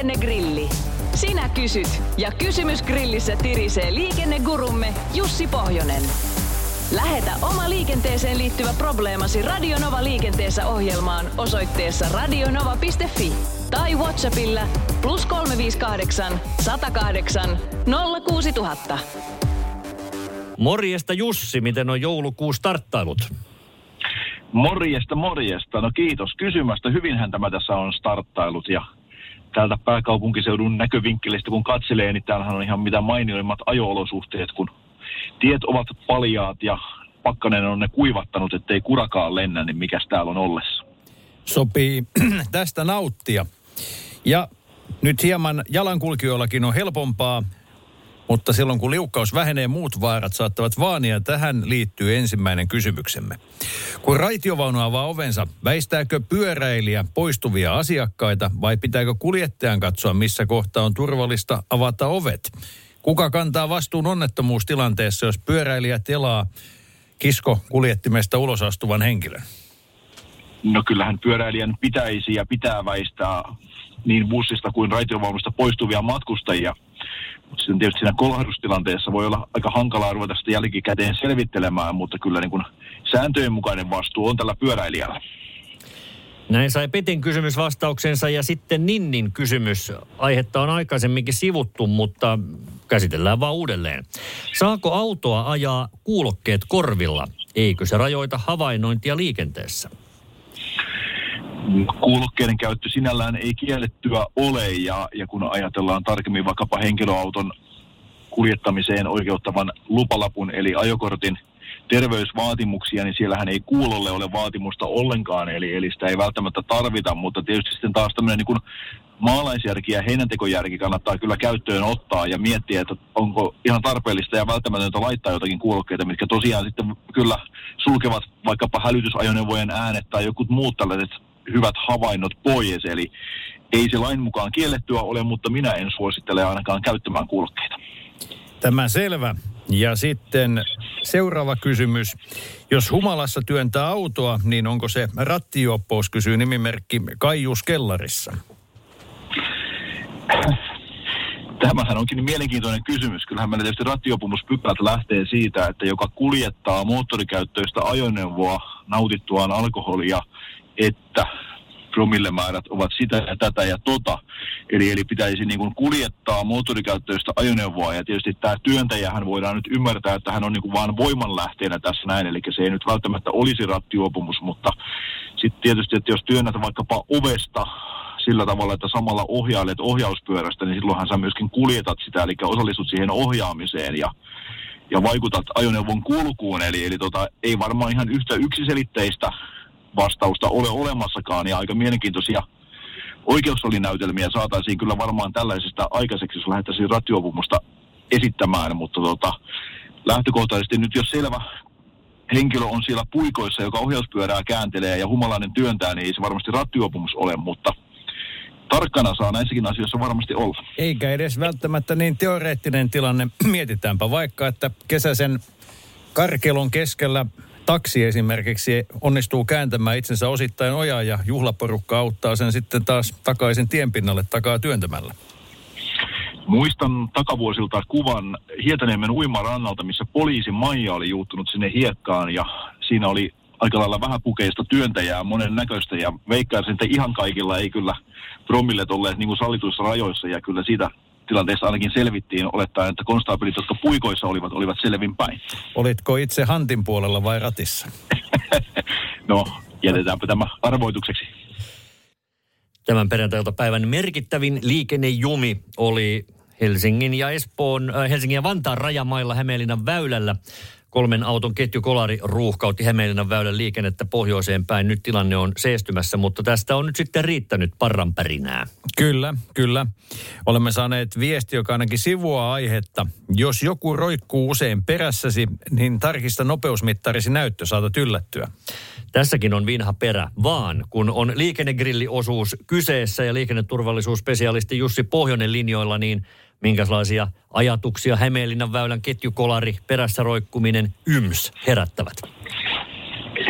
Liikennegrilli. Sinä kysyt ja kysymys grillissä tirisee liikennegurumme Jussi Pohjonen. Lähetä oma liikenteeseen liittyvä probleemasi Radio Nova liikenteessä ohjelmaan osoitteessa radionova.fi tai WhatsAppilla +358 108 06000. Morjesta Jussi, miten on joulukuu starttailut? Morjesta. No kiitos kysymästä. Hyvinhän tämä tässä on starttailut ja täältä pääkaupunkiseudun näkövinkkelistä kun katselee, niin täällähän on ihan mitä mainioimmat ajo-olosuhteet, kun tiet ovat paljaat ja pakkanen on ne kuivattanut, ettei kurakaan lennä, niin mikäs täällä on ollessa? Sopii tästä nauttia. Ja nyt hieman jalankulkijoillakin on helpompaa, mutta silloin kun liukkaus vähenee, muut vaarat saattavat vaania. Tähän liittyy ensimmäinen kysymyksemme. Kun raitiovaunu avaa ovensa, väistääkö pyöräilijä poistuvia asiakkaita vai pitääkö kuljettajan katsoa, missä kohtaa on turvallista avata ovet? Kuka kantaa vastuun onnettomuustilanteessa, jos pyöräilijä telaa kiskokuljettimesta ulos astuvan henkilön? No kyllähän pyöräilijän pitäisi ja pitää väistää niin bussista kuin raitiovaunusta poistuvia matkustajia. Mutta sitten tietysti siinä kolahdustilanteessa voi olla aika hankalaa ruveta sitä jälkikäteen selvittelemään, mutta kyllä niin kuin sääntöjen mukainen vastuu on tällä pyöräilijällä. Näin sai Petin kysymys vastauksensa ja sitten Ninnin kysymys. Aihetta on aikaisemminkin sivuttu, mutta käsitellään vaan uudelleen. Saako autoa ajaa kuulokkeet korvilla? Eikö se rajoita havainnointia liikenteessä? Kuulokkeiden käyttö sinällään ei kiellettyä ole ja kun ajatellaan tarkemmin vaikkapa henkilöauton kuljettamiseen oikeuttavan lupalapun eli ajokortin terveysvaatimuksia, niin siellähän ei kuulolle ole vaatimusta ollenkaan, eli sitä ei välttämättä tarvita, mutta tietysti sitten taas tämmöinen niin kuin maalaisjärki ja heinäntekojärki kannattaa kyllä käyttöön ottaa ja miettiä, että onko ihan tarpeellista ja välttämätöntä laittaa jotakin kuulokkeita, mitkä tosiaan sitten kyllä sulkevat vaikkapa hälytysajoneuvojen äänet tai jotkut muut tällaiset hyvät havainnot pois, eli ei se lain mukaan kiellettyä ole, mutta minä en suosittele ainakaan käyttämään kuulokkeita. Tämä selvä. Ja sitten seuraava kysymys. Jos humalassa työntää autoa, niin onko se rattijuoppous, kysyy nimimerkki Kaijus kellarissa. Tämähän onkin mielenkiintoinen kysymys. Kyllähän meillä tietysti rattijuopumuspykälät lähtee siitä, että joka kuljettaa moottorikäyttöistä ajoneuvoa nautittuaan alkoholia, että promillemäärät ovat sitä ja tätä ja tota. Eli pitäisi niin kuin kuljettaa moottorikäyttöistä ajoneuvoa ja tietysti tämä työntäjähän voidaan nyt ymmärtää, että hän on niin kuin vaan voimanlähteenä tässä näin, eli se ei nyt välttämättä olisi rattijuopumus, mutta sitten tietysti, että jos työnnät vaikkapa ovesta sillä tavalla, että samalla ohjailet ohjauspyörästä, niin silloinhan sä myöskin kuljetat sitä, eli osallistut siihen ohjaamiseen ja vaikutat ajoneuvon kulkuun, eli ei varmaan ihan yhtä yksiselitteistä vastausta ole olemassakaan ja aika mielenkiintoisia oikeussalinäytelmiä saataisiin kyllä varmaan tällaisesta aikaiseksi, jos lähdettäisiin rattijuopumusta esittämään, mutta lähtökohtaisesti nyt jos selvä henkilö on siellä puikoissa, joka ohjauspyörää kääntelee ja humalainen työntää, niin ei se varmasti rattijuopumus ole, mutta tarkkana saa näissäkin asioissa varmasti olla. Eikä edes välttämättä niin teoreettinen tilanne. Mietitäänpä vaikka, että kesäisen karkelon keskellä taksi esimerkiksi onnistuu kääntämään itsensä osittain ojaa ja juhlaporukka auttaa sen sitten taas takaisin tienpinnalle takaa työntämällä. Muistan takavuosilta kuvan Hietaniemen uimarannalta, missä poliisin Maija oli juuttunut sinne hiekkaan ja siinä oli aika lailla vähäpukeista työntäjää monen näköistä ja veikkaisin, että ihan kaikilla ei kyllä promillet olleet niin kuin sallituissa rajoissa ja kyllä siitä tilanteessa ainakin selvittiin olettaen, että konstaapelit, jotka puikoissa olivat selvinpäin. Olitko itse hantin puolella vai ratissa? No, jätetäänpä tämä arvoitukseksi. Tämän perjantai-iltapäivän merkittävin liikennejumi oli Helsingin ja Vantaan rajamailla Hämeenlinnan väylällä. 3 auton ketjukolari ruuhkautti Hämeenlinnan väylän liikennettä pohjoiseen päin. Nyt tilanne on seestymässä, mutta tästä on nyt sitten riittänyt parranpärinää. Kyllä. Olemme saaneet viesti, joka ainakin sivuaa aihetta. Jos joku roikkuu usein perässäsi, niin tarkista nopeusmittarisi näyttö, saatat yllättyä. Tässäkin on vinha perä, vaan kun on liikennegrilliosuus kyseessä ja liikenneturvallisuusspesialisti Jussi Pohjonen linjoilla, niin minkälaisia ajatuksia Hämeenlinnan väylän ketjukolari, perässä roikkuminen, herättävät?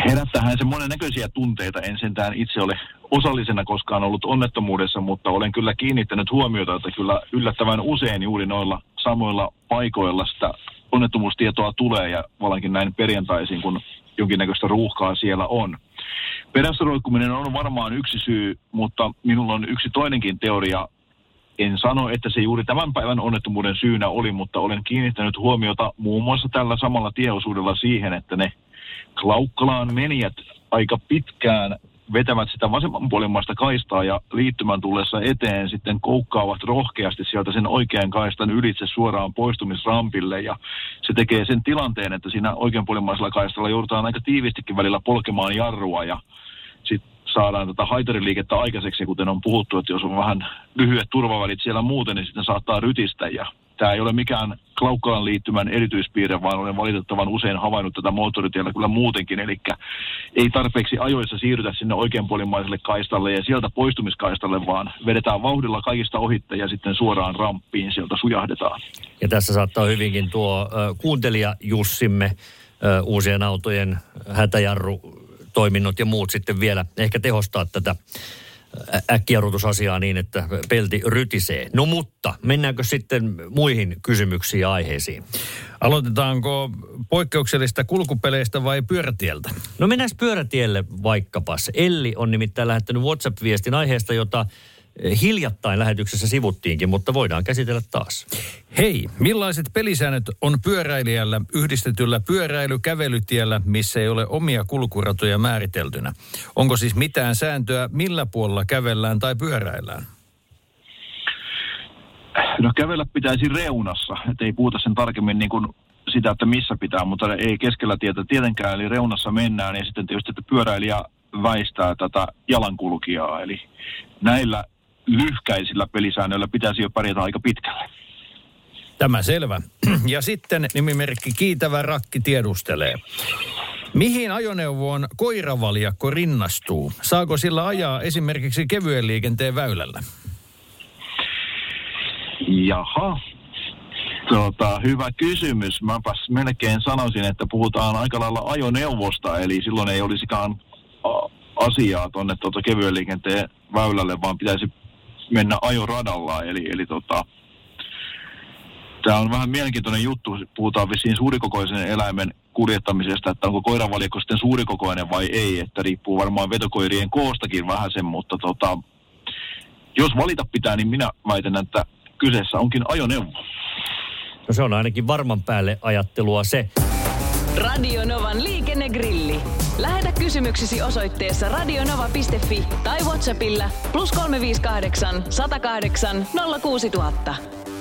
Herättähän se monennäköisiä tunteita. En sentään itse ole osallisena koskaan ollut onnettomuudessa, mutta olen kyllä kiinnittänyt huomiota, että kyllä yllättävän usein juuri noilla samoilla paikoilla sitä onnettomuustietoa tulee ja vallankin näin perjantaisin, kun jonkinnäköistä ruuhkaa siellä on. Perässä roikkuminen on varmaan yksi syy, mutta minulla on yksi toinenkin teoria. En sano, että se juuri tämän päivän onnettomuuden syynä oli, mutta olen kiinnittänyt huomiota muun muassa tällä samalla tieosuudella siihen, että ne Klaukkalaan menijät aika pitkään vetävät sitä vasemmanpuolimmaista kaistaa ja liittymän tullessa eteen sitten koukkaavat rohkeasti sieltä sen oikean kaistan ylitse suoraan poistumisrampille. Ja se tekee sen tilanteen, että siinä oikeanpuolimaisella kaistalla joudutaan aika tiivistikin välillä polkemaan jarrua ja sitten saadaan tätä haitariliikettä aikaiseksi, kuten on puhuttu, että jos on vähän lyhyet turvavälit siellä muuten, niin sitten saattaa rytistä. Ja tämä ei ole mikään Klaukkalan liittymän erityispiirre, vaan olen valitettavan usein havainnut tätä moottoritiellä kyllä muutenkin. Eli ei tarpeeksi ajoissa siirrytä sinne oikeanpuolimaiselle kaistalle ja sieltä poistumiskaistalle, vaan vedetään vauhdilla kaikista ohitte ja sitten suoraan ramppiin sieltä sujahdetaan. Ja tässä saattaa hyvinkin tuo kuuntelija Jussimme uusien autojen hätäjarrutoiminnot ja muut sitten vielä ehkä tehostaa tätä äkkijarrutusasiaa niin, että pelti rytisee. No mutta, mennäänkö sitten muihin kysymyksiin ja aiheisiin? Aloitetaanko poikkeuksellista kulkupeleistä vai pyörätieltä? No mennään pyörätielle vaikkapas. Elli on nimittäin lähettänyt WhatsApp-viestin aiheesta, jota hiljattain lähetyksessä sivuttiinkin, mutta voidaan käsitellä taas. Hei, millaiset pelisäännöt on pyöräilijällä yhdistetyllä pyöräilykävelytiellä, missä ei ole omia kulkuratoja määriteltynä? Onko siis mitään sääntöä, millä puolella kävellään tai pyöräillään? No kävellä pitäisi reunassa, että ei puhuta sen tarkemmin niin kuin sitä, että missä pitää, mutta ei keskellä tietä tietenkään, eli reunassa mennään ja sitten tietysti, että pyöräilijä väistää tätä jalankulkijaa, eli näillä lyhkäisillä pelisäännöillä pitäisi jo pärjätä aika pitkälle. Tämä selvä. Ja sitten nimimerkki Kiitävä Rakki tiedustelee. Mihin ajoneuvoon koiravaljakko rinnastuu? Saako sillä ajaa esimerkiksi kevyen liikenteen väylällä? Jaha. Hyvä kysymys. Mäpäs melkein sanoisin, että puhutaan aika lailla ajoneuvosta, eli silloin ei olisikaan asiaa tuonne kevyen liikenteen väylälle, vaan pitäisi mennä ajoradalla. Eli tämä on vähän mielenkiintoinen juttu. Puhutaan vissiin suurikokoisen eläimen kuljettamisesta, että onko koiravaljakko sitten suurikokoinen vai ei, että riippuu varmaan vetokoirien koostakin vähäsen, mutta jos valita pitää, niin minä väitän, että kyseessä onkin ajoneuvo. No se on ainakin varman päälle ajattelua se. Radio Novan liikennegrilli. Lähetä kysymyksesi osoitteessa radionova.fi tai WhatsAppilla +358 108 06000.